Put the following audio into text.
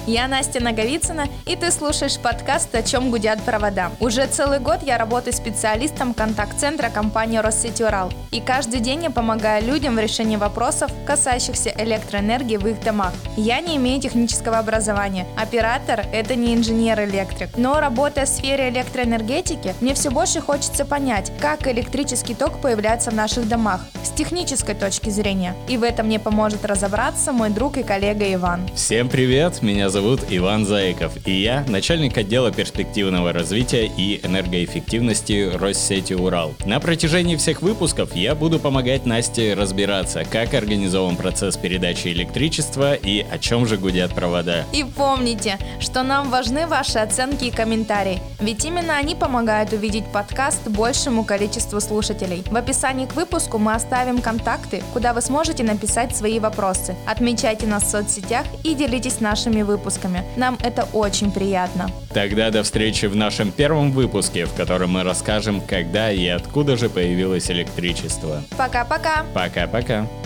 Я Настя Наговицына, и ты слушаешь подкаст «О чем гудят провода». Уже целый год я работаю специалистом контакт-центра компании Россети Урал. И каждый день я помогаю людям в решении вопросов, касающихся электроэнергии в их домах. Я не имею технического образования. Оператор – это не инженер-электрик. Но работая в сфере электроэнергетики, мне все больше хочется понять, как электрический ток появляется в наших домах с технической точки зрения. И в этом мне поможет разобраться мой друг и коллега Иван. Всем привет, меня зовут Иван Заиков, и я начальник отдела перспективного развития и энергоэффективности Россети Урал. На протяжении всех выпусков я буду помогать Насте разбираться, как организован процесс передачи электричества и о чем же гудят провода. И помните, что нам важны ваши оценки и комментарии, ведь именно они помогают увидеть подкаст большему количеству слушателей. В описании к выпуску мы оставим контакты, куда вы сможете написать свои вопросы. Отмечайте нас в соцсетях и делитесь нашими выпусками. Нам это очень приятно. Тогда до встречи в нашем первом выпуске, в котором мы расскажем, когда и откуда же появилось электричество. Пока-пока! Пока-пока!